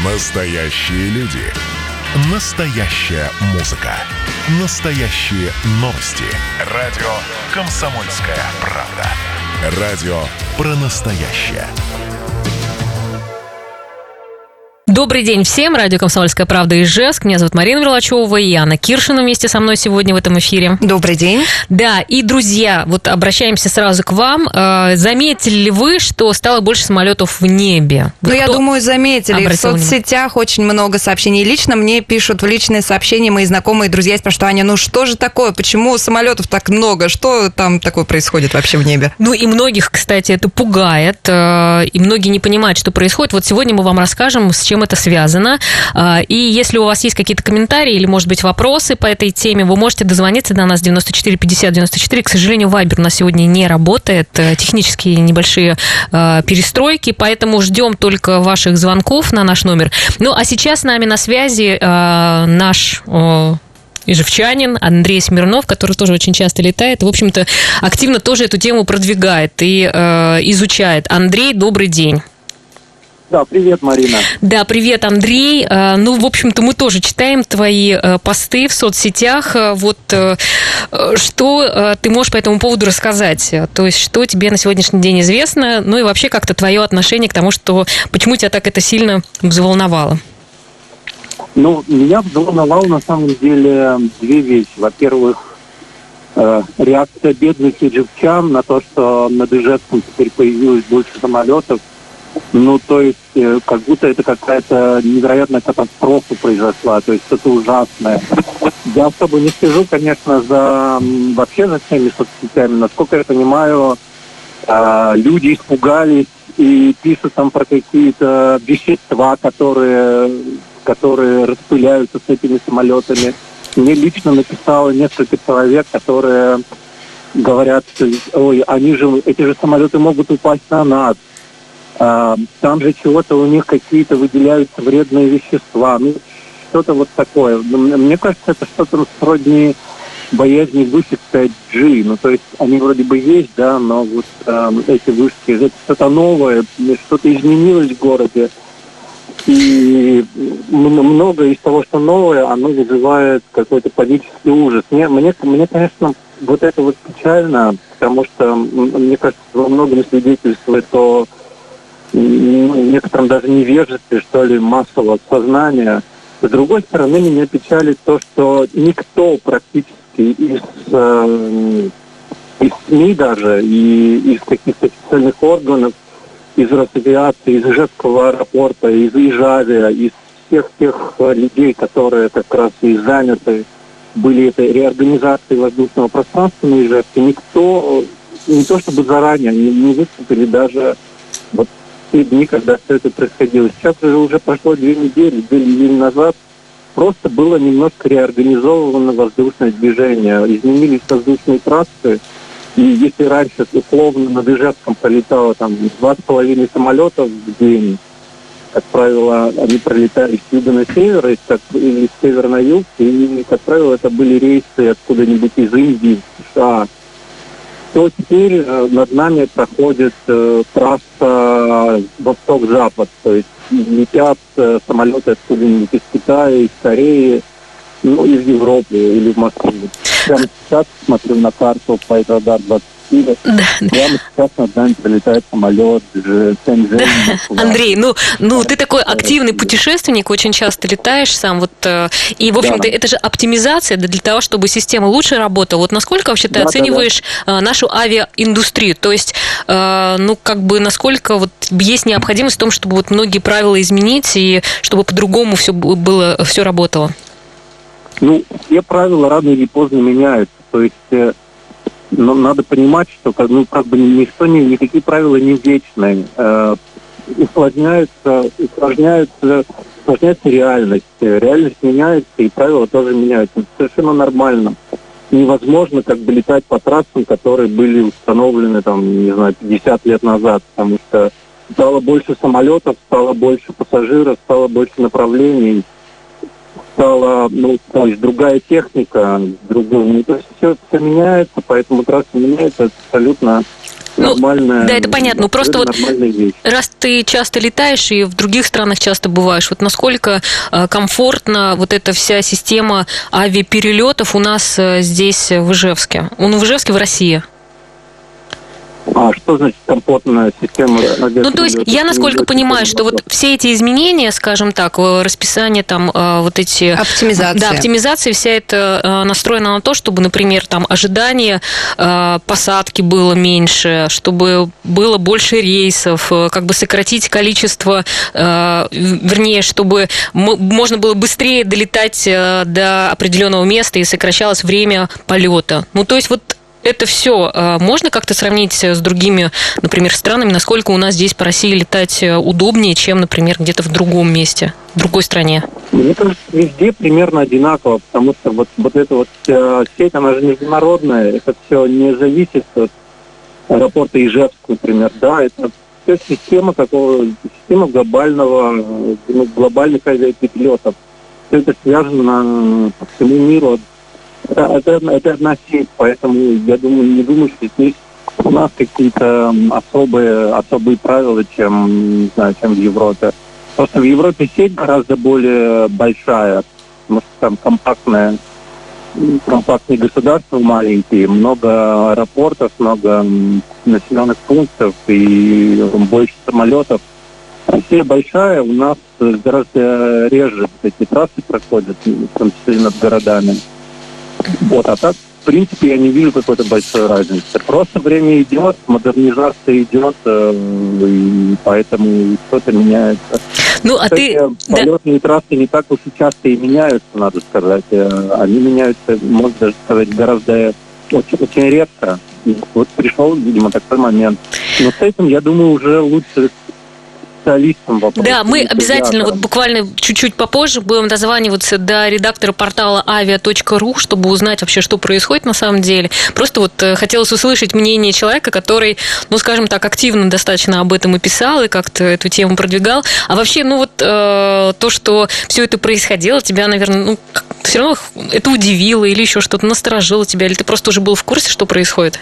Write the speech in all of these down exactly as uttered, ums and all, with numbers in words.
Настоящие люди. Настоящая музыка. Настоящие новости. Радио «Комсомольская правда». Радио про настоящее. Добрый день всем. Радио «Комсомольская правда» Ижевск. Меня зовут Марина Мерлачева и Анна Киршина вместе со мной сегодня в этом эфире. Добрый день. Да, и, друзья, вот обращаемся сразу к вам. Заметили ли вы, что стало больше самолетов в небе? Ну, я думаю, заметили. В соцсетях внимание? Очень много сообщений. Лично мне пишут в личные сообщения мои знакомые и друзья, спрашивают: Аня, ну что же такое? Почему самолетов так много? Что там такое происходит вообще в небе? Ну, и многих, кстати, это пугает. И многие не понимают, что происходит. Вот сегодня мы вам расскажем, с чем это связано. И если у вас есть какие-то комментарии или, может быть, вопросы по этой теме, вы можете дозвониться до нас девяносто четыре пятьдесят девяносто четыре. К сожалению, Вайбер у нас сегодня не работает. Технические небольшие перестройки, поэтому ждем только ваших звонков на наш номер. Ну, а сейчас с нами на связи наш ижевчанин Андрей Смирнов, который тоже очень часто летает и, в общем-то, активно тоже эту тему продвигает и изучает. Андрей, добрый день. Да, привет, Марина. Да, привет, Андрей. Ну, в общем-то, мы тоже читаем твои посты в соцсетях. Вот что ты можешь по этому поводу рассказать? То есть, что тебе на сегодняшний день известно? Ну и вообще как-то твое отношение к тому, что почему тебя так это сильно взволновало? Ну, меня взволновало на самом деле две вещи. Во-первых, реакция бедных ижевчан на то, что над Ижевском теперь появилось больше самолетов. Ну, то есть, э, как будто это какая-то невероятная катастрофа произошла, то есть что-то ужасное. Я особо не слежу, конечно, за вообще за всеми соцсетями. Насколько я понимаю, э, люди испугались и пишут там про какие-то вещества, которые, которые распыляются с этими самолетами. Мне лично написало несколько человек, которые говорят: ой, они же, эти же самолеты могут упасть на нас. Там же чего-то у них какие-то выделяются вредные вещества. Ну, что-то вот такое. Мне кажется, это что-то сродни боязни вышек пять джи. Ну, то есть они вроде бы есть, да, но вот э, эти вышки, это что-то новое, что-то изменилось в городе. И много из того, что новое, оно вызывает какой-то панический ужас. Мне, мне, мне, конечно, вот это вот печально, потому что, мне кажется, во многом свидетельствует о некотором даже невежестве, что ли, массового сознания. С другой стороны, меня печалит то, что никто практически из, э, из СМИ даже, и из каких-то официальных органов, из Росавиации, из Ижевского аэропорта, из Ижавия, из всех тех людей, которые как раз и заняты были этой реорганизацией воздушного пространства на Ижевске, никто, не то чтобы заранее, не, не выступили даже вот те дни, когда все это происходило. Сейчас уже, уже прошло две недели, две недели назад просто было немножко реорганизовано воздушное движение. Изменились воздушные трассы, и если раньше условно над Ижевском пролетало там два с половиной самолета в день, как правило, они пролетали с юга на север, и с севера на юг, и, как правило, это были рейсы откуда-нибудь из Индии, США, то теперь э, над нами проходит э, трасса восток-запад, то есть летят э, самолеты откуда-нибудь из Китая, из Кореи, ну, из Европы или в Москве. Прямо сейчас смотрю на карту Flightradar двадцать четыре. Да. Прямо сейчас над нами прилетает самолет Шэньчжэнь. Андрей, ну, ну ты такой активный путешественник, очень часто летаешь сам, вот, и, в общем-то, да. Это же оптимизация для того, чтобы система лучше работала. Вот насколько вообще ты да, оцениваешь да, да. нашу авиаиндустрию? То есть, ну, как бы, насколько вот есть необходимость в том, чтобы вот многие правила изменить, и чтобы по-другому все было, все работало? Ну, все правила рано или поздно меняются. То есть, э, ну, надо понимать, что как, ну, как бы ничто, ни, никакие правила не вечные. Э, усложняются, усложняются, усложняется реальность. Реальность меняется, и правила тоже меняются. Это совершенно нормально. Невозможно как бы летать по трассам, которые были установлены, там, не знаю, пятьдесят лет назад, потому что стало больше самолетов, стало больше пассажиров, стало больше направлений. Стала, ну, то есть другая техника, другая, ну, то есть все, все меняется, поэтому трасса меняется абсолютно нормальная... Ну, да, это понятно. Просто вот раз ты часто летаешь и в других странах часто бываешь, вот насколько комфортна вот эта вся система авиаперелетов у нас здесь, в Ижевске? Он в Ижевске, в России. А что значит комфортная система? Ну, то есть, я насколько понимаю, что вот все эти изменения, скажем так, расписание там, вот эти... Оптимизация. Да, оптимизация, вся это настроена на то, чтобы, например, там ожидание посадки было меньше, чтобы было больше рейсов, как бы сократить количество, вернее, чтобы можно было быстрее долетать до определенного места и сокращалось время полета. Ну, то есть, вот это все можно как-то сравнить с другими, например, странами, насколько у нас здесь по России летать удобнее, чем, например, где-то в другом месте, в другой стране? Мне кажется, везде примерно одинаково, потому что вот, вот эта вот сеть, она же международная, это все не зависит от аэропорта Ижевск, например, да, это все система такого, система глобального, глобальных авиаперелетов. Все это связано по всему миру. Это, это, это одна сеть, поэтому я думаю, не думаю, что здесь у нас какие-то особые, особые правила, чем, не знаю, чем в Европе. Просто в Европе сеть гораздо более большая, потому что там компактная, компактные государства маленькие, много аэропортов, много населенных пунктов и больше самолетов. Россия большая, у нас гораздо реже эти трассы проходят, в том числе над городами. Вот, а так, в принципе, я не вижу какой-то большой разницы. Просто время идет, модернизация идет, и поэтому что-то меняется. Ну, а Кстати, ты... полетные да. трассы не так уж и часто и меняются, надо сказать. Они меняются, можно даже сказать, гораздо очень, очень редко. И вот пришел, видимо, такой момент. Но с этим, я думаю, уже лучше... Вопрос. Да, мы обязательно вот буквально чуть-чуть попозже будем дозваниваться до редактора портала авиа точка ру, чтобы узнать вообще, что происходит на самом деле. Просто вот хотелось услышать мнение человека, который, ну, скажем так, активно достаточно об этом и писал, и как-то эту тему продвигал. А вообще, ну, вот э, то, что все это происходило, тебя, наверное, ну, все равно это удивило или еще что-то насторожило тебя, или ты просто уже был в курсе, что происходит?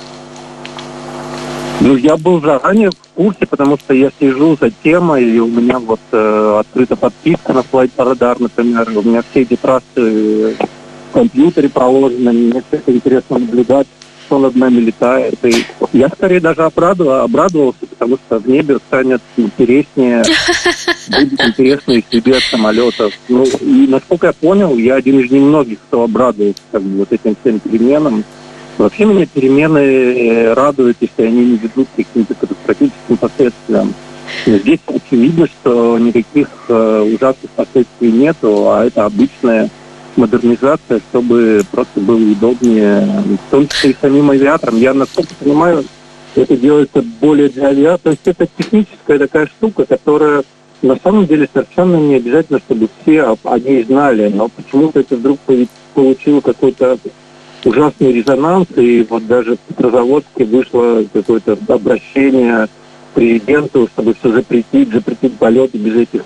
Ну, я был заранее в курсе, потому что я слежу за темой, и у меня вот э, открыта подписка на Flight Radar, например. У меня все эти трассы в компьютере проложены, мне все это интересно наблюдать, что над нами летает. И я скорее даже обрадовал, обрадовался, потому что в небе станет интереснее, будет интереснее среди от самолетов. Ну, и насколько я понял, я один из немногих, кто обрадовался как бы, вот этим всем переменам. Вообще меня перемены радуют, если они не ведут к каким-то катастрофическим последствиям. Но здесь очевидно, что никаких э, ужасных последствий нету, а это обычная модернизация, чтобы просто было удобнее, в том числе и самим авиаторам. Я, насколько понимаю, это делается более для авиаторов. То есть это техническая такая штука, которая на самом деле совершенно не обязательно, чтобы все о ней знали. Но почему-то это вдруг получило какой-то ужасный резонанс, и вот даже в Петрозаводске вышло какое-то обращение к президенту, чтобы все запретить, запретить полеты без этих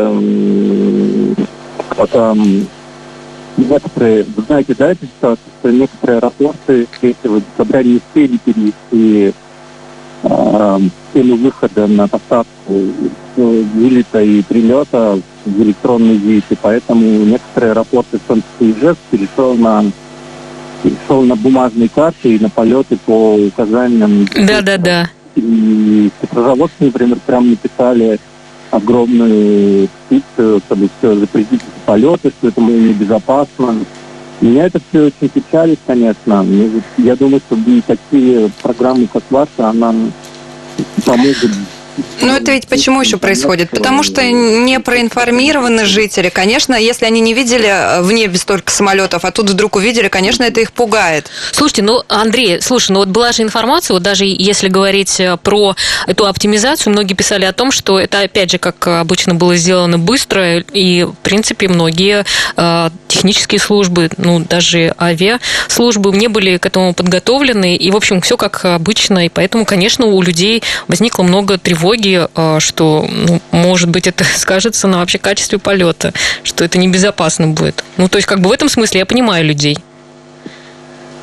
эм, пока некоторые, вы знаете, да, это ситуация, что некоторые аэропорты третьего декабря не успели перевести э, тему выхода на посадку вылета и прилета в электронный вид, и поэтому некоторые аэропорты, в том числе Ижевск, перешел на шел на бумажной карте и на полеты по указаниям. Да-да-да. И в Петрозаводске, например, прям написали огромную петицию, чтобы все запретить полеты, что это, мол, небезопасно. Меня это все очень печалит, конечно. Я думаю, что и такие программы, как ваша, она помогут. Ну, это ведь почему еще происходит? Потому что не проинформированы жители. Конечно, если они не видели в небе столько самолетов, а тут вдруг увидели, конечно, это их пугает. Слушайте, ну, Андрей, слушай, ну вот была же информация, вот даже если говорить про эту оптимизацию, многие писали о том, что это, опять же, как обычно было сделано быстро, и, в принципе, многие э, технические службы, ну, даже авиаслужбы не были к этому подготовлены, и, в общем, все как обычно, и поэтому, конечно, у людей возникло много тревоги, что, ну, может быть, это скажется на вообще качестве полета, что это небезопасно будет. Ну, то есть, как бы в этом смысле я понимаю людей.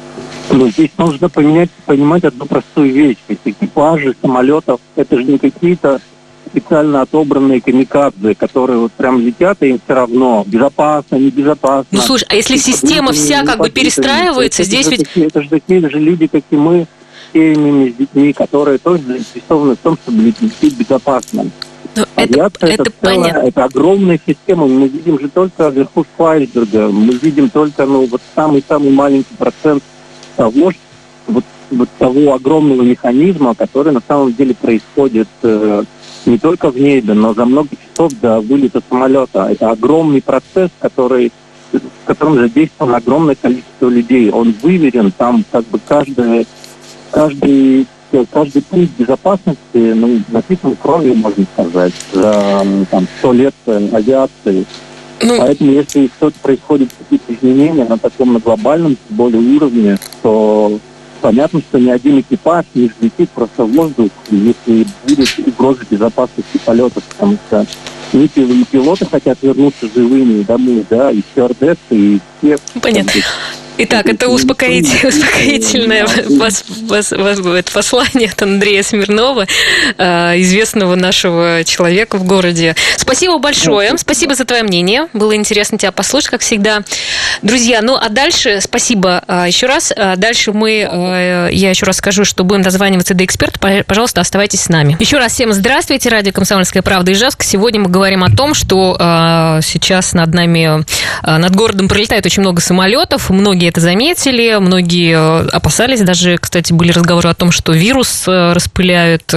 Но здесь нужно поменять, понимать одну простую вещь. Ведь экипажи самолетов — это же не какие-то специально отобранные камикадзе, которые вот прям летят, и им все равно, безопасно, небезопасно. Ну, слушай, а если система вся как бы перестраивается, здесь ведь... Это же такие же люди, как и мы, с семьями, с детьми, которые тоже заинтересованы в том, чтобы лететь безопасно. Ну, Авиация это, это, целая, это огромная система. Мы видим же только верхушку айсберга. Мы видим только ну, вот самый-самый маленький процент того, вот, вот того огромного механизма, который на самом деле происходит э, не только в небе, но за много часов до вылета самолета. Это огромный процесс, который, в котором задействовано огромное количество людей. Он выверен, там как бы каждый, каждый, каждый пункт безопасности ну, написан кровью, можно сказать, за там, сто лет авиации. Ну, поэтому, если что-то происходит, какие-то изменения на таком на глобальном, более уровне, то понятно, что ни один экипаж не взлетит просто в воздух, если будет угроза безопасности полетов, потому что и пилоты хотят вернуться живыми домой, да, и стюардессы, и все. Понятно. Итак, это успокоитель, успокоительное пос, пос, пос, послание от Андрея Смирнова, известного нашего человека в городе. Спасибо большое, спасибо за твое мнение, было интересно тебя послушать, как всегда. Друзья, ну а дальше, спасибо еще раз, дальше мы, я еще раз скажу, что будем дозваниваться до эксперта, пожалуйста, оставайтесь с нами. Еще раз всем здравствуйте, радио «Комсомольская правда» Ижевск. Сегодня мы говорим о том, что сейчас над нами, над городом пролетает очень много самолетов, многие это заметили, многие опасались, даже, кстати, были разговоры о том, что вирус распыляют.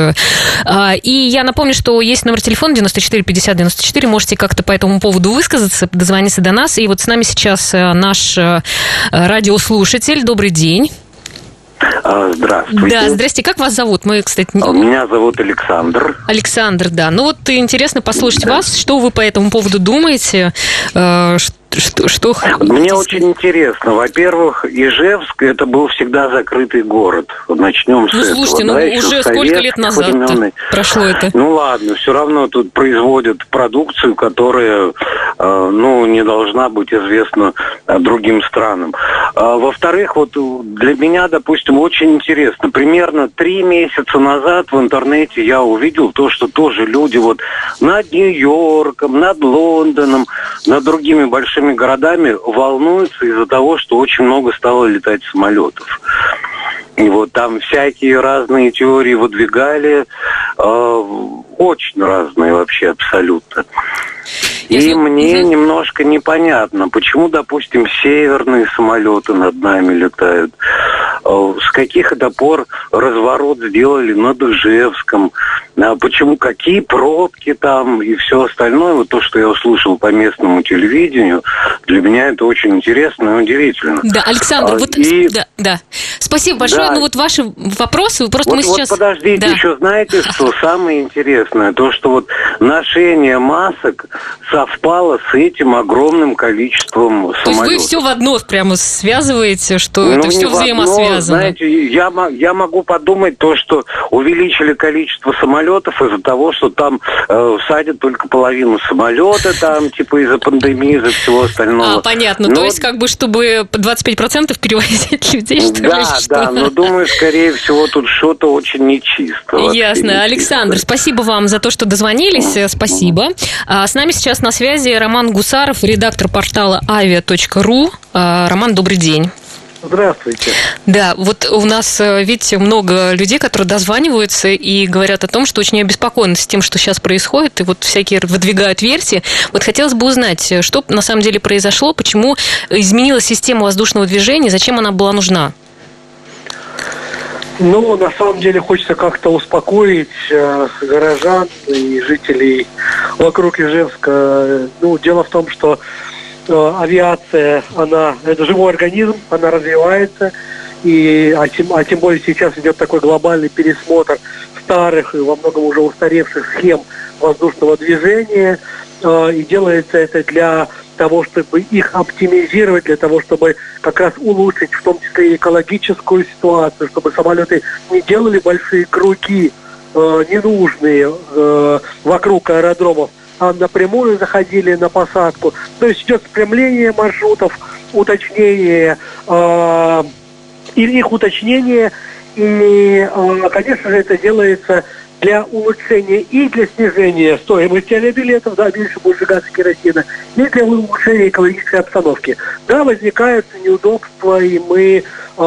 И я напомню, что есть номер телефона девяносто четыре пятьдесят девяносто четыре, можете как-то по этому поводу высказаться, дозвониться до нас. И вот с нами сейчас наш радиослушатель. Добрый день. Здравствуйте. Да, здрасте. Как вас зовут? Мы, кстати, не... Меня зовут Александр. Александр, да. Ну вот интересно послушать да. вас, что вы по этому поводу думаете, Что, что... Мне очень интересно. Во-первых, Ижевск это был всегда закрытый город. Начнем с ну, этого. Слушайте, ну да, уже сколько лет назад прошло это? Ну ладно, все равно тут производят продукцию, которая э, ну, не должна быть известна другим странам. А, во-вторых, вот для меня, допустим, очень интересно. Примерно три месяца назад в интернете я увидел то, что тоже люди вот над Нью-Йорком, над Лондоном, над другими большими городами волнуются из-за того, что очень много стало летать самолетов. И вот там всякие разные теории выдвигали, э, очень разные вообще абсолютно. И Если... мне угу. немножко непонятно, почему, допустим, северные самолеты над нами летают, э, с каких это пор разворот сделали над Ижевском, а почему, какие пробки там и все остальное, вот то, что я услышал по местному телевидению, для меня это очень интересно и удивительно. Да, Александр, а, вот и... да, да. Спасибо большое. Да. Ну вот ваши вопросы, просто вот, мы сейчас... Вот подождите, да. еще знаете, что самое интересное? То, что вот ношение масок совпало с этим огромным количеством самолетов. То есть вы все в одно прямо связываете, что ну, это все взаимосвязано? Одно, знаете, я, я могу подумать то, что увеличили количество самолетов из-за того, что там э, садят только половину самолета, там, типа из-за пандемии, из-за всего остального. А, понятно. Но... То есть, как бы, чтобы двадцать пять процентов перевозить людей, что да, ли? Что? Да, но думаю, скорее всего, тут что-то очень нечисто. Ясно. Нечисто. Александр, спасибо вам за то, что дозвонились. Спасибо. А, с нами сейчас на связи Роман Гусаров, редактор портала авиа точка ру. А, Роман, добрый день. Здравствуйте. Да, вот у нас, видите, много людей, которые дозваниваются и говорят о том, что очень обеспокоены с тем, что сейчас происходит, и вот всякие выдвигают версии. Вот хотелось бы узнать, что на самом деле произошло, почему изменилась система воздушного движения, зачем она была нужна? Ну, на самом деле, хочется как-то успокоить э, горожан и жителей вокруг Ижевска. Ну, дело в том, что э, авиация, она, это живой организм, она развивается, и, а, тем, а тем более сейчас идет такой глобальный пересмотр старых и во многом уже устаревших схем воздушного движения, э, и делается это для того, чтобы их оптимизировать, для того, чтобы как раз улучшить в том числе и экологическую ситуацию, чтобы самолеты не делали большие круги э, ненужные э, вокруг аэродромов, а напрямую заходили на посадку. То есть идет спрямление маршрутов, уточнение э, и их уточнение. И, конечно же, это делается для улучшения и для снижения стоимости авиабилетов, да, меньше будет сжигаться керосина, и для улучшения экологической обстановки. Да, возникают неудобства, и мы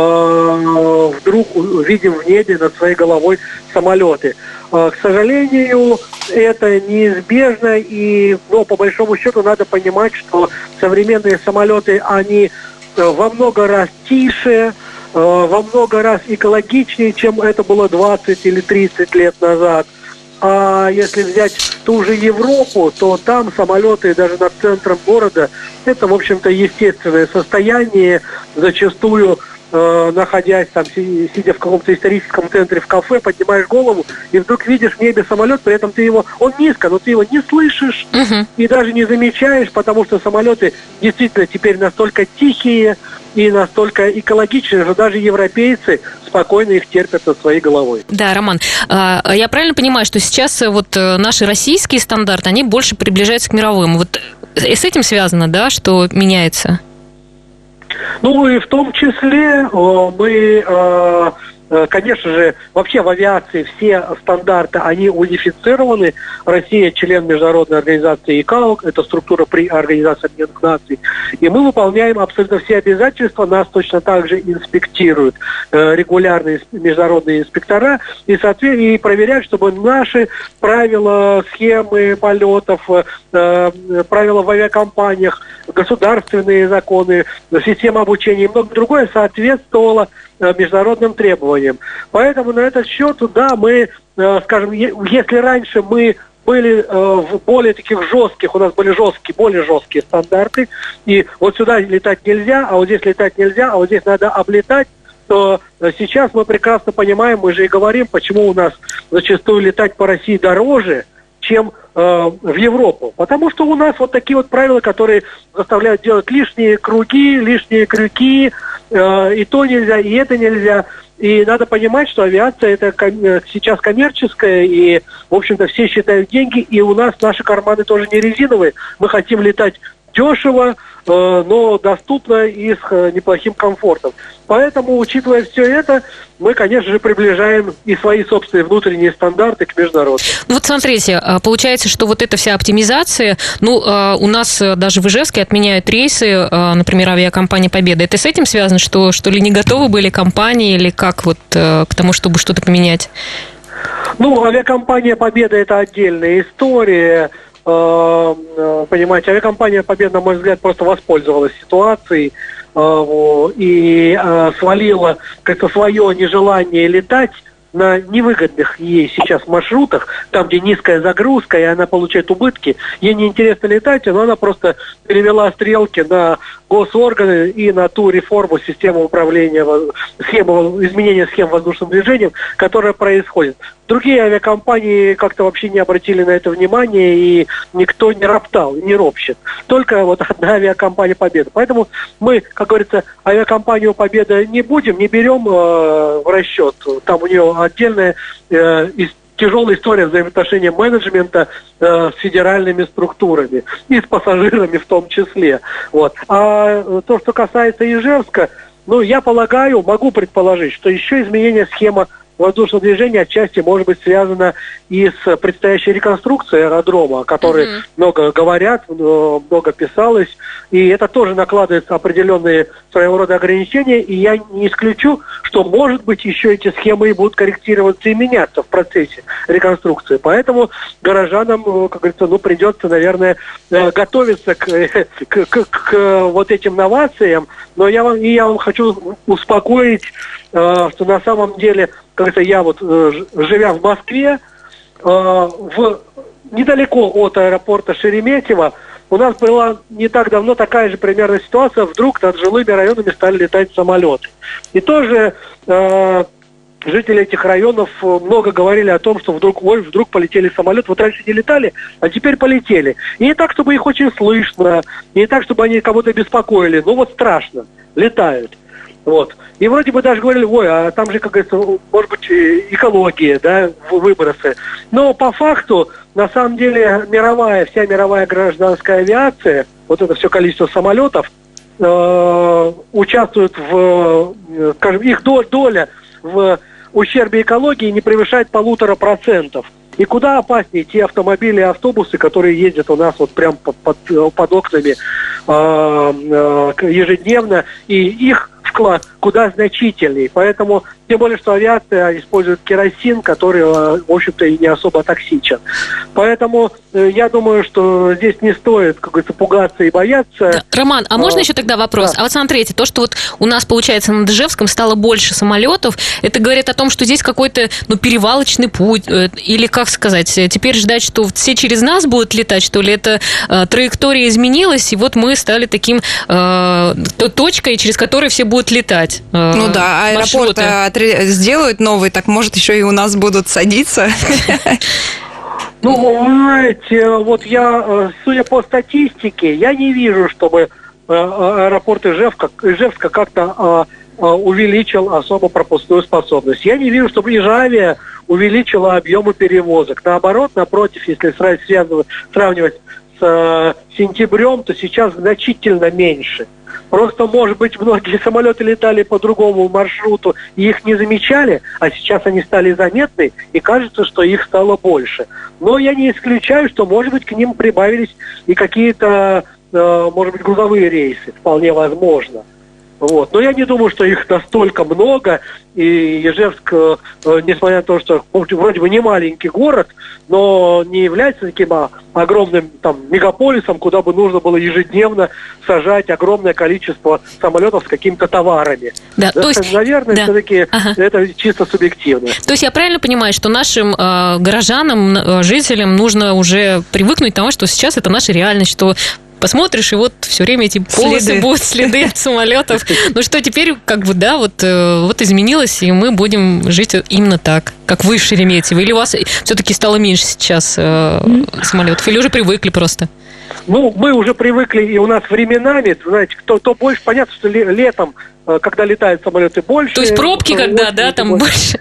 э, вдруг видим в небе над своей головой самолеты. Э, к сожалению, это неизбежно, и, но по большому счету надо понимать, что современные самолеты, они во много раз тише, во много раз экологичнее, чем это было двадцать или тридцать лет назад. А если взять ту же Европу, то там самолеты даже над центром города, это, в общем-то, естественное состояние. Зачастую, э, находясь там, сидя в каком-то историческом центре в кафе, поднимаешь голову и вдруг видишь в небе самолет, при этом ты его, он низко, но ты его не слышишь uh-huh. и даже не замечаешь, потому что самолеты действительно теперь настолько тихие и настолько экологичные, что даже европейцы спокойно их терпят над своей головой. Да, Роман, я правильно понимаю, что сейчас вот наши российские стандарты, они больше приближаются к мировым. Вот с этим связано, да, что меняется? Ну и в том числе мы... Конечно же, вообще в авиации все стандарты, они унифицированы. Россия член международной организации ИКАО, это структура при Организации Объединенных Наций. И мы выполняем абсолютно все обязательства, нас точно так же инспектируют э, регулярные международные инспектора и, соответственно, и проверяют, чтобы наши правила, схемы полетов, э, правила в авиакомпаниях, государственные законы, система обучения и многое другое соответствовало международным требованиям. Поэтому на этот счет, да, мы, скажем, если раньше мы были в более таких жестких, у нас были жесткие, более жесткие стандарты, и вот сюда летать нельзя, а вот здесь летать нельзя, а вот здесь надо облетать, то сейчас мы прекрасно понимаем, мы же и говорим, почему у нас зачастую летать по России дороже, чем э, в Европу. Потому что у нас вот такие вот правила, которые заставляют делать лишние круги, лишние крюки, э, и то нельзя, и это нельзя. И надо понимать, что авиация это ком- сейчас коммерческая, и, в общем-то, все считают деньги, и у нас наши карманы тоже не резиновые. Мы хотим летать дешево, э, но доступно и с э, неплохим комфортом. Поэтому, учитывая все это, мы, конечно же, приближаем и свои собственные внутренние стандарты к международным. Вот смотрите, получается, что вот эта вся оптимизация, ну, у нас даже в Ижевске отменяют рейсы, например, авиакомпания «Победа». Это с этим связано, что, что ли, не готовы были компании или как вот к тому, чтобы что-то поменять? Ну, авиакомпания «Победа» – это отдельная история. Понимаете, авиакомпания «Победа», на мой взгляд, просто воспользовалась ситуацией и свалила как-то свое нежелание летать на невыгодных ей сейчас маршрутах, там, где низкая загрузка, и она получает убытки. Ей неинтересно летать, но она просто перевела стрелки на госорганы и на ту реформу системы управления, схему, изменения схем воздушным движением, которая происходит. Другие авиакомпании как-то вообще не обратили на это внимание, и никто не роптал, не ропщет. Только вот одна авиакомпания «Победа». Поэтому мы, как говорится, авиакомпанию «Победа» не будем, не берем э, в расчет. Там у нее отдельная э, тяжелая история взаимоотношения менеджмента э, с федеральными структурами и с пассажирами в том числе. Вот. А то, что касается Ижевска, ну, я полагаю, могу предположить, что еще изменение схемы воздушного движения отчасти может быть связано и с предстоящей реконструкцией аэродрома, о которой mm-hmm. много говорят, много писалось, и это тоже накладывает определенные своего рода ограничения, и я не исключу, что, может быть, еще эти схемы и будут корректироваться и меняться в процессе реконструкции. Поэтому горожанам, как говорится, ну, придется, наверное, готовиться к, к, к, к вот этим новациям, но я вам, и я вам хочу успокоить, что на самом деле, как-то я вот, живя в Москве, в, недалеко от аэропорта Шереметьево, у нас была не так давно такая же примерно ситуация, вдруг над жилыми районами стали летать самолеты. И тоже э, жители этих районов много говорили о том, что вдруг, ой, вдруг полетели самолеты, вот раньше не летали, а теперь полетели. И не так, чтобы их очень слышно, не так, чтобы они кого-то беспокоили, но вот страшно, летают. Вот. И вроде бы даже говорили, ой, а там же, как говорится, может быть, экология, да, выбросы. Но по факту, на самом деле, мировая, вся мировая гражданская авиация, вот это все количество самолетов, э, участвуют в, скажем, их доля в ущербе экологии не превышает полутора процентов. И куда опаснее те автомобили и автобусы, которые ездят у нас вот прям под, под, под окнами э, э, ежедневно, и их вклад куда значительней. Поэтому, тем более, что авиация использует керосин, который, в общем-то, и не особо токсичен. Поэтому э, я думаю, что здесь не стоит, как говорится, пугаться и бояться. Да. Роман, а, а можно еще тогда вопрос? Да. А вот смотрите, то, что вот у нас, получается, на Ижевском стало больше самолетов, это говорит о том, что здесь какой-то, ну, перевалочный путь, э, или, как сказать, теперь ждать, что все через нас будут летать, что ли? Это э, траектория изменилась, и вот мы стали таким э, точкой, через которую все будут летать. Э, ну да, аэропорт сделают новый, так может еще и у нас будут садиться. Ну, вы знаете, вот я, судя по статистике, я не вижу, чтобы аэропорт Ижевска, Ижевска как-то увеличил особо пропускную способность. Я не вижу, чтобы Ижавия увеличила объемы перевозок. Наоборот, напротив, если сравнивать, сравнивать с сентябрем, то сейчас значительно меньше. Просто, может быть, многие самолеты летали по другому маршруту, и их не замечали, а сейчас они стали заметны, и кажется, что их стало больше. Но я не исключаю, что, может быть, к ним прибавились и какие-то, э, может быть, грузовые рейсы. Вполне возможно. Вот. Но я не думаю, что их настолько много, и Ижевск, э, несмотря на то, что вроде бы не маленький город, но не является таким а, огромным там, мегаполисом, куда бы нужно было ежедневно сажать огромное количество самолетов с какими-то товарами. Да, да, то есть, наверное, да. все-таки ага. это чисто субъективно. То есть я правильно понимаю, что нашим э, горожанам, э, жителям нужно уже привыкнуть к тому, что сейчас это наша реальность, что посмотришь, и вот все время эти полосы следы. будут, следы от самолетов. Ну что, теперь как бы, да, вот, вот изменилось, и мы будем жить именно так, как вы в Шереметьево. Или у вас все-таки стало меньше сейчас э, самолетов, или уже привыкли просто? Ну, мы уже привыкли, и у нас временами, знаете, кто, кто больше, понятно, что летом, когда летают самолеты, больше. То есть пробки когда, да, там больше?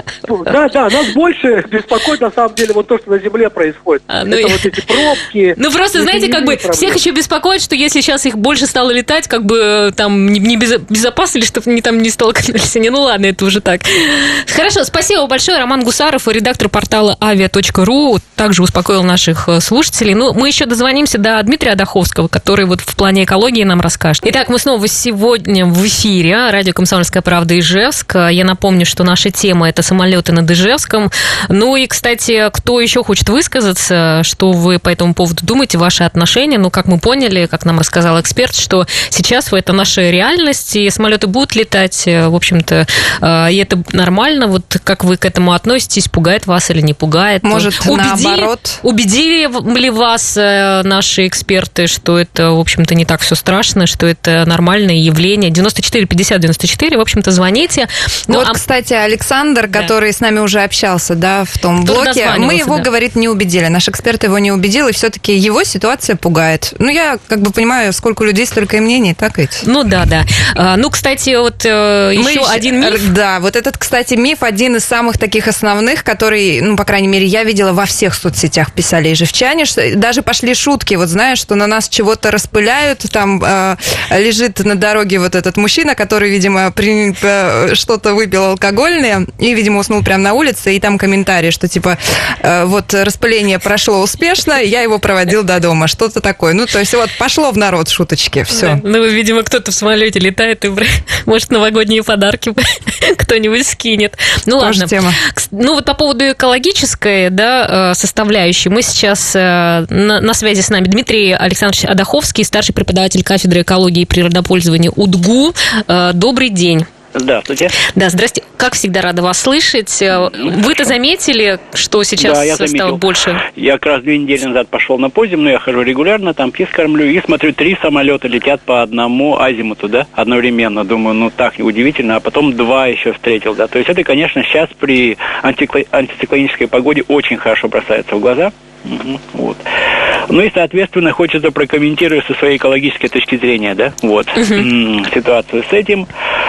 Да, да, нас больше беспокоит, на самом деле, вот то, что на Земле происходит. А, ну, это и... вот эти пробки. Ну, просто, знаете, как бы проблемы. Всех еще беспокоит, что если сейчас их больше стало летать, как бы там не безопасно, или чтобы они там не столкнулись. Не, ну ладно, это уже так. Хорошо, спасибо большое. Роман Гусаров, редактор портала авиа точка ру, также успокоил наших слушателей. Ну, мы еще дозвонимся до Дмитрия Адаховского, который вот в плане экологии нам расскажет. Итак, мы снова сегодня в эфире. Радио «Комсомольская правда» Ижевск. Я напомню, что наша тема – это самолеты над Ижевском. Ну и, кстати, кто еще хочет высказаться, что вы по этому поводу думаете, ваши отношения? Ну, как мы поняли, как нам рассказал эксперт, что сейчас это наша реальность, и самолеты будут летать, в общем-то, и это нормально. Вот как вы к этому относитесь? Пугает вас или не пугает? Может, Убеди... наоборот? Убедили ли вас наши эксперты, что это, в общем-то, не так все страшно, что это нормальное явление? девяносто четыре пятьдесят девяносто четыре, в общем-то, звоните. Ну, вот, а... кстати, Александр, да. который с нами уже общался, да, в том Тоже блоке, мы его, да. говорит, не убедили. Наш эксперт его не убедил, и все-таки его ситуация пугает. Ну, я как бы понимаю, сколько людей, столько и мнений, так ведь? Ну, да, да. А, ну, кстати, вот э, еще мы... один миф. Да, вот этот, кстати, миф, один из самых таких основных, который, ну, по крайней мере, я видела во всех соцсетях, писали ижевчане, что даже пошли шутки, вот знаешь, что на нас чего-то распыляют, там э, лежит на дороге вот этот мужчина, который, видимо, при... что-то выпил алкогольное и, видимо, уснул прямо на улице, и там комментарий, что, типа, э, вот распыление прошло успешно, я его проводил до дома, что-то такое. Ну, то есть, вот, пошло в народ шуточки, все. Да. Ну, видимо, кто-то в самолете летает и, может, новогодние подарки кто-нибудь скинет. Ну, Тоже ладно. Тема. Ну, вот по поводу экологической, да, составляющей, мы сейчас на, на связи с нами Дмитрий Александрович Адаховский, старший преподаватель кафедры экологии и природопользования УДГУ. Добрый день. Здравствуйте. Да, здрасте. Как всегда, рада вас слышать. Вы-то заметили, что сейчас да, я стало заметил. больше? Я как раз две недели назад пошел на подиум, но я хожу регулярно, там птиц кормлю, и смотрю, три самолета летят по одному азимуту, да, одновременно. Думаю, ну так удивительно, а потом два еще встретил, да. То есть это, конечно, сейчас при антикло... антициклонической погоде очень хорошо бросается в глаза. Угу, вот. Ну и, соответственно, хочется прокомментировать со своей экологической точки зрения, да, вот, угу. ситуацию с этим.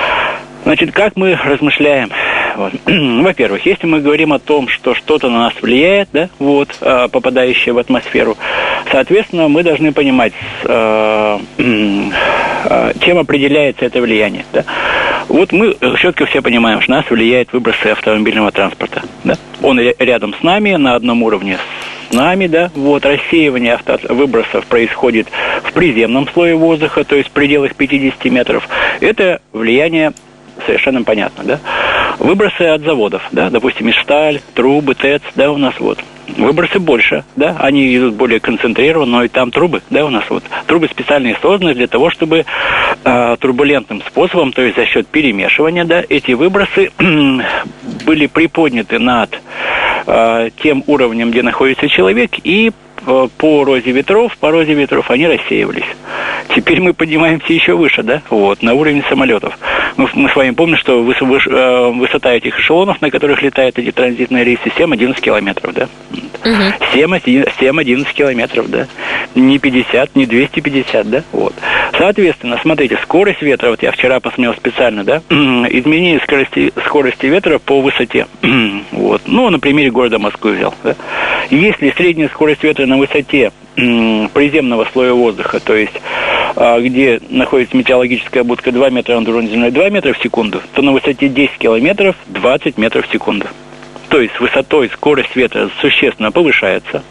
Значит, как мы размышляем? Вот. Во-первых, если мы говорим о том, что что-то на нас влияет, да, вот, попадающее в атмосферу, соответственно, мы должны понимать, чем определяется это влияние, да? Вот мы четко все понимаем, что нас влияет выбросы автомобильного транспорта, да? Он рядом с нами, на одном уровне с нами, да? Вот, рассеивание авто... выбросов происходит в приземном слое воздуха, то есть в пределах пятьдесят метров. Это влияние совершенно понятно, да? Выбросы от заводов, да, допустим, Ишталь, трубы, ТЭЦ, да, у нас вот. Выбросы больше, да, они идут более концентрированно, но и там трубы, да, у нас вот. Трубы специально созданы для того, чтобы э, турбулентным способом, то есть за счет перемешивания, да, эти выбросы были приподняты над э, тем уровнем, где находится человек, и по розе ветров, по розе ветров они рассеивались. Теперь мы поднимаемся еще выше, да, вот, на уровень самолетов. Мы, мы с вами помним, что выс, выш, э, высота этих эшелонов, на которых летают эти транзитные рейсы, семь-одиннадцать километров, да. Uh-huh. семь-одиннадцать километров, да. Не пятьдесят, не двести пятьдесят, да, вот. Соответственно, смотрите, скорость ветра, вот я вчера посмотрел специально, да, изменение скорости, скорости ветра по высоте. Вот. Ну, на примере города Москвы взял, да. Если средняя скорость ветра на высоте приземного слоя воздуха, то есть где находится метеорологическая будка два метра над уровнем земли, два метра в секунду, то на высоте десять километров двадцать метров в секунду. То есть высотой скорость ветра существенно повышается.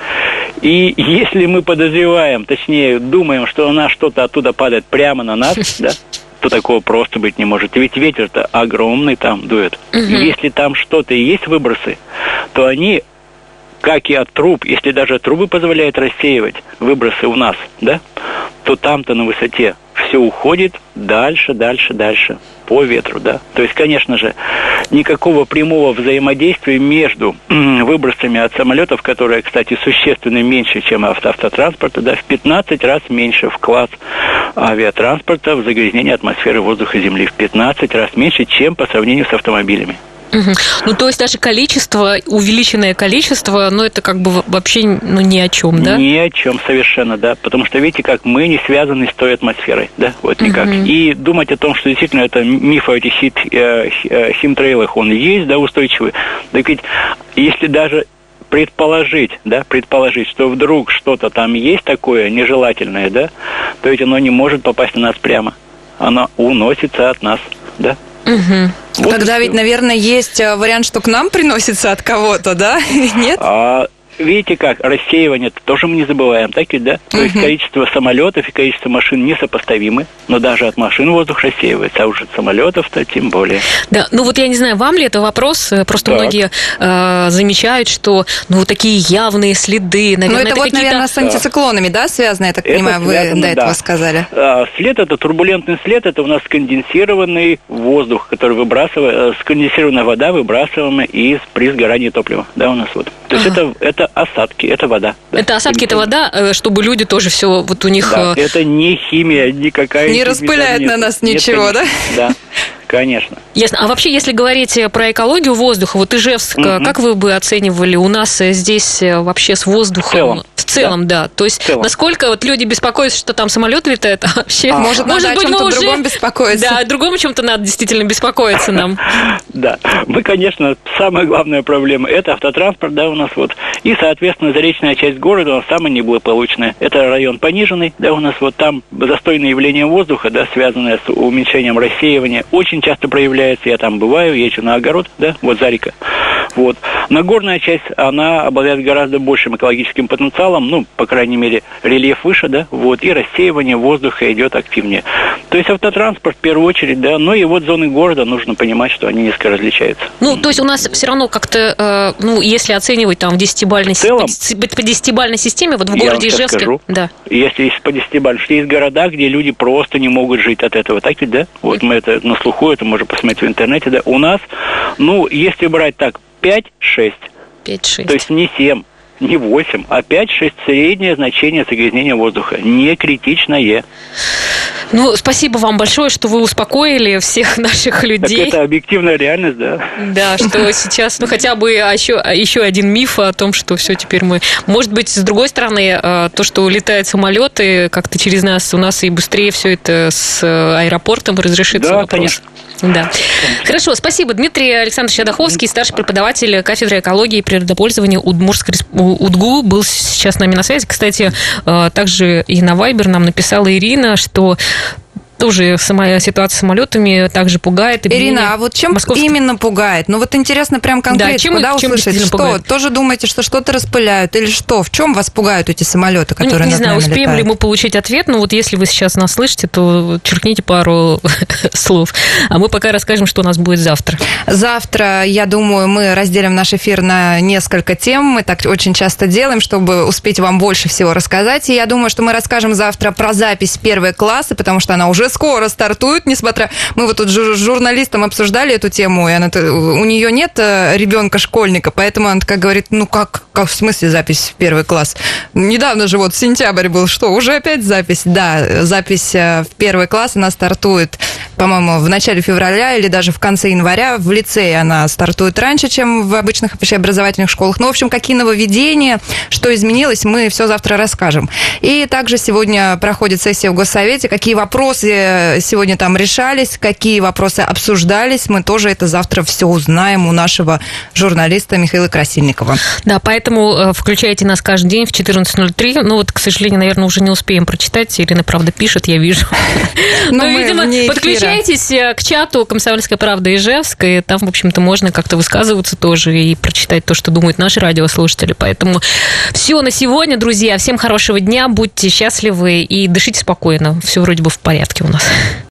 И если мы подозреваем, точнее думаем, что она что-то оттуда падает прямо на нас, да, то такого просто быть не может. Ведь ветер-то огромный там дует. И если там что-то и есть выбросы, то они, как и от труб, если даже трубы позволяют рассеивать выбросы у нас, да, то там-то на высоте все уходит дальше, дальше, дальше по ветру, да. То есть, конечно же, никакого прямого взаимодействия между выбросами от самолетов, которые, кстати, существенно меньше, чем от автотранспорта, да, в пятнадцать раз меньше вклад авиатранспорта в загрязнение атмосферы воздуха Земли, в пятнадцать раз меньше, чем по сравнению с автомобилями. Угу. Ну, то есть даже количество, увеличенное количество, ну, это как бы вообще ну, ни о чем, да? Ни о чем совершенно, да. Потому что, видите, как мы не связаны с той атмосферой, да, вот никак. Угу. И думать о том, что действительно это миф о этих хит, э, химтрейлах, он есть, да, устойчивый. Так ведь, если даже предположить, да, предположить, что вдруг что-то там есть такое нежелательное, да, то ведь оно не может попасть на нас прямо. Оно уносится от нас, да. Угу. Вот тогда ведь, наверное, есть вариант, что к нам приносится от кого-то, да? Нет? А, видите как, рассеивание тоже мы не забываем, так ведь, да? То uh-huh. есть количество самолетов и количество машин несопоставимы, но даже от машин воздух рассеивается, а уж от самолетов-то тем более. Да, ну вот я не знаю, вам ли это вопрос, просто так. многие э, замечают, что ну вот такие явные следы, наверное, ну это, это вот, какие-то... наверное, с антициклонами, да, связано, я так это понимаю, связано, вы до этого да. сказали. А, след, это турбулентный след, это у нас сконденсированный воздух, который выбрасывает, сконденсированная вода, выбрасываемая из при сгорании топлива, да, у нас вот. То есть ага. это, это осадки, это вода. Да. Это осадки, это вода, чтобы люди тоже все вот у них... Да, это не химия, никакая... Не распыляет на нас нет, ничего, нет, да? Да. Конечно. Ясно. А вообще, если говорить про экологию воздуха, вот Ижевск, угу. как вы бы оценивали у нас здесь вообще с воздухом? В целом, в целом да. да. То есть, насколько вот люди беспокоятся, что там самолет летает, а вообще... А, может, может надо быть, о чем-то уже... другом беспокоиться. Да, о другом чем-то надо действительно беспокоиться нам. Да. Мы, конечно, самая главная проблема – это автотранспорт, да, у нас вот. И, соответственно, заречная часть города, у нас самая неблагополучная. Это район пониженный, да, у нас вот там застойное явление воздуха, да, связанное с уменьшением рассеивания, очень часто проявляется. Я там бываю, езжу на огород, да, вот Зарика. Вот. Нагорная часть, она обладает гораздо большим экологическим потенциалом, ну, по крайней мере, рельеф выше, да, вот, и рассеивание воздуха идет активнее. То есть автотранспорт в первую очередь, да, но и вот зоны города нужно понимать, что они несколько различаются. Ну, то есть у нас все равно как-то, э, ну, если оценивать там в десятибалльной, целом, по, по десятибалльной системе, вот в городе Ижевске... Скажу, да. Если по десятибалльной, что есть города, где люди просто не могут жить от этого, так ведь, да? Вот мы это на слуху, это можно посмотреть в интернете, да. У нас, ну, если брать так, пять-шесть. пять-шесть. То есть не семь, не восемь, а пять-шесть среднее значение загрязнения воздуха. Не критичное. Ну, спасибо вам большое, что вы успокоили всех наших людей. Так это объективная реальность, да? Да, что сейчас, ну, хотя бы еще, еще один миф о том, что все теперь мы... Может быть, с другой стороны, то, что летают самолеты, как-то через нас, у нас и быстрее все это с аэропортом разрешится. Да, вопрос. конечно. Да. Хорошо, спасибо. Дмитрий Александрович Ядаховский, старший преподаватель кафедры экологии и природопользования Удмуртской УДГУ, был сейчас с нами на связи. Кстати, также и на Вайбер нам написала Ирина, что тоже сама ситуация с самолетами также пугает. Ирина, а вот чем московский... именно пугает? Ну вот интересно прям конкретно, да, чем, куда чем услышать? Что? Пугает? Тоже думаете, что что-то распыляют или что? В чем вас пугают эти самолеты, которые ну, не над знаю, нами успеем летают? ли мы получить ответ, но вот если вы сейчас нас слышите, то черкните пару слов. А мы пока расскажем, что у нас будет завтра. Завтра, я думаю, мы разделим наш эфир на несколько тем. Мы так очень часто делаем, чтобы успеть вам больше всего рассказать. И я думаю, что мы расскажем завтра про запись в первые классы, потому что она уже скоро стартует, несмотря... Мы вот тут с журналистом обсуждали эту тему, и она... у нее нет ребенка-школьника, поэтому она такая говорит, ну как, как в смысле запись в первый класс? Недавно же вот сентябрь был, что, уже опять запись? Да, запись в первый класс, она стартует, по-моему, в начале февраля или даже в конце января. В лицее она стартует раньше, чем в обычных общеобразовательных школах. Ну, в общем, какие нововведения, что изменилось, мы все завтра расскажем. И также сегодня проходит сессия в Госсовете. Какие вопросы сегодня там решались, какие вопросы обсуждались, мы тоже это завтра все узнаем у нашего журналиста Михаила Красильникова. Да, поэтому включайте нас каждый день в четырнадцать ноль три. Ну, вот, к сожалению, наверное, уже не успеем прочитать. Ирина, правда, пишет, я вижу. Но, видимо, подключайтесь к чату «Комсомольская правда» Ижевск, и там, в общем-то, можно как-то высказываться тоже и прочитать то, что думают наши радиослушатели. Поэтому все на сегодня, друзья. Всем хорошего дня, будьте счастливы и дышите спокойно. Все вроде бы в порядке у нас.